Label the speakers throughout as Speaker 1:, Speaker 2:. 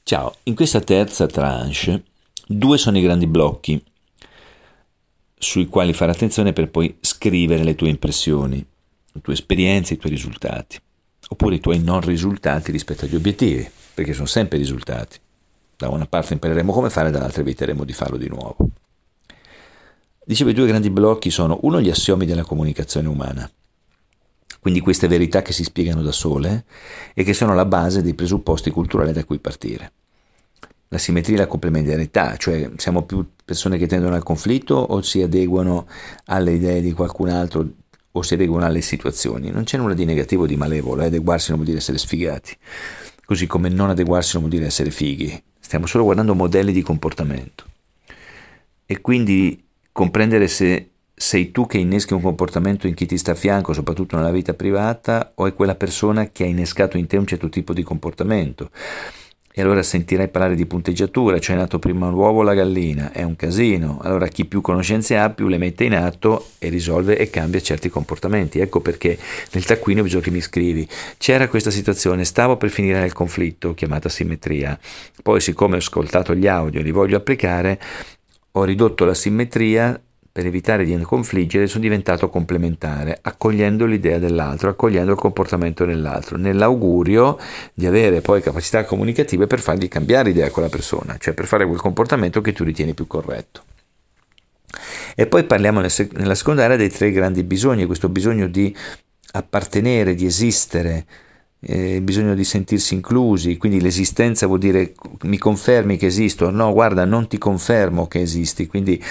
Speaker 1: Ciao, in questa terza tranche, due sono i grandi blocchi sui quali fare attenzione per poi scrivere le tue impressioni, le tue esperienze, i tuoi risultati, oppure i tuoi non risultati rispetto agli obiettivi, perché sono sempre risultati. Da una parte impareremo come fare, dall'altra eviteremo di farlo di nuovo. Dicevo, i due grandi blocchi sono, uno, gli assiomi della comunicazione umana, quindi queste verità che si spiegano da sole e che sono la base dei presupposti culturali da cui partire. La simmetria e la complementarietà, cioè siamo più persone che tendono al conflitto o si adeguano alle idee di qualcun altro o si adeguano alle situazioni. Non c'è nulla di negativo o di malevolo, adeguarsi non vuol dire essere sfigati, così come non adeguarsi non vuol dire essere fighi. Stiamo solo guardando modelli di comportamento e quindi comprendere se sei tu che inneschi un comportamento in chi ti sta a fianco, soprattutto nella vita privata, o è quella persona che ha innescato in te un certo tipo di comportamento. E allora sentirai parlare di punteggiatura, cioè è nato prima l'uovo o la gallina, è un casino. Allora chi più conoscenze ha, più le mette in atto e risolve e cambia certi comportamenti. Ecco perché nel taccuino bisogna che mi scrivi: c'era questa situazione, stavo per finire nel conflitto, chiamata simmetria, poi siccome ho ascoltato gli audio e li voglio applicare, ho ridotto la simmetria per evitare di confliggere, sono diventato complementare, accogliendo l'idea dell'altro, accogliendo il comportamento dell'altro, nell'augurio di avere poi capacità comunicative per fargli cambiare idea a quella persona, cioè per fare quel comportamento che tu ritieni più corretto. E poi parliamo nella seconda area dei tre grandi bisogni, questo bisogno di appartenere, di esistere, il bisogno di sentirsi inclusi, quindi l'esistenza vuol dire mi confermi che esisto, no guarda non ti confermo che esisti, quindi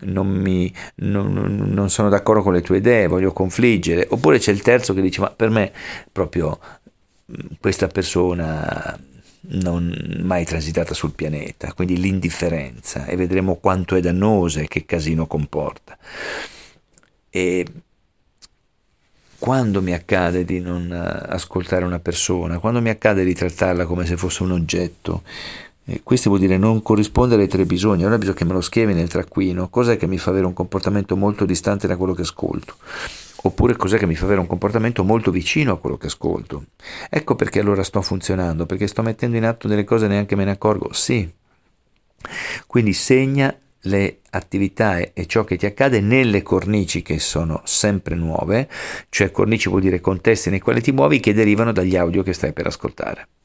Speaker 1: non sono d'accordo con le tue idee, voglio confliggere. Oppure c'è il terzo che dice ma per me proprio questa persona non mai transitata sul pianeta, quindi l'indifferenza, e vedremo quanto è dannosa e che casino comporta. E quando mi accade di non ascoltare una persona, quando mi accade di trattarla come se fosse un oggetto, questo vuol dire non corrispondere ai tre bisogni. Allora bisogna che me lo scrivi nel taccuino, cos'è che mi fa avere un comportamento molto distante da quello che ascolto, oppure cos'è che mi fa avere un comportamento molto vicino a quello che ascolto. Ecco perché allora sto funzionando, perché sto mettendo in atto delle cose e neanche me ne accorgo. Sì, quindi segna le attività e ciò che ti accade nelle cornici che sono sempre nuove, cioè cornici vuol dire contesti nei quali ti muovi che derivano dagli audio che stai per ascoltare.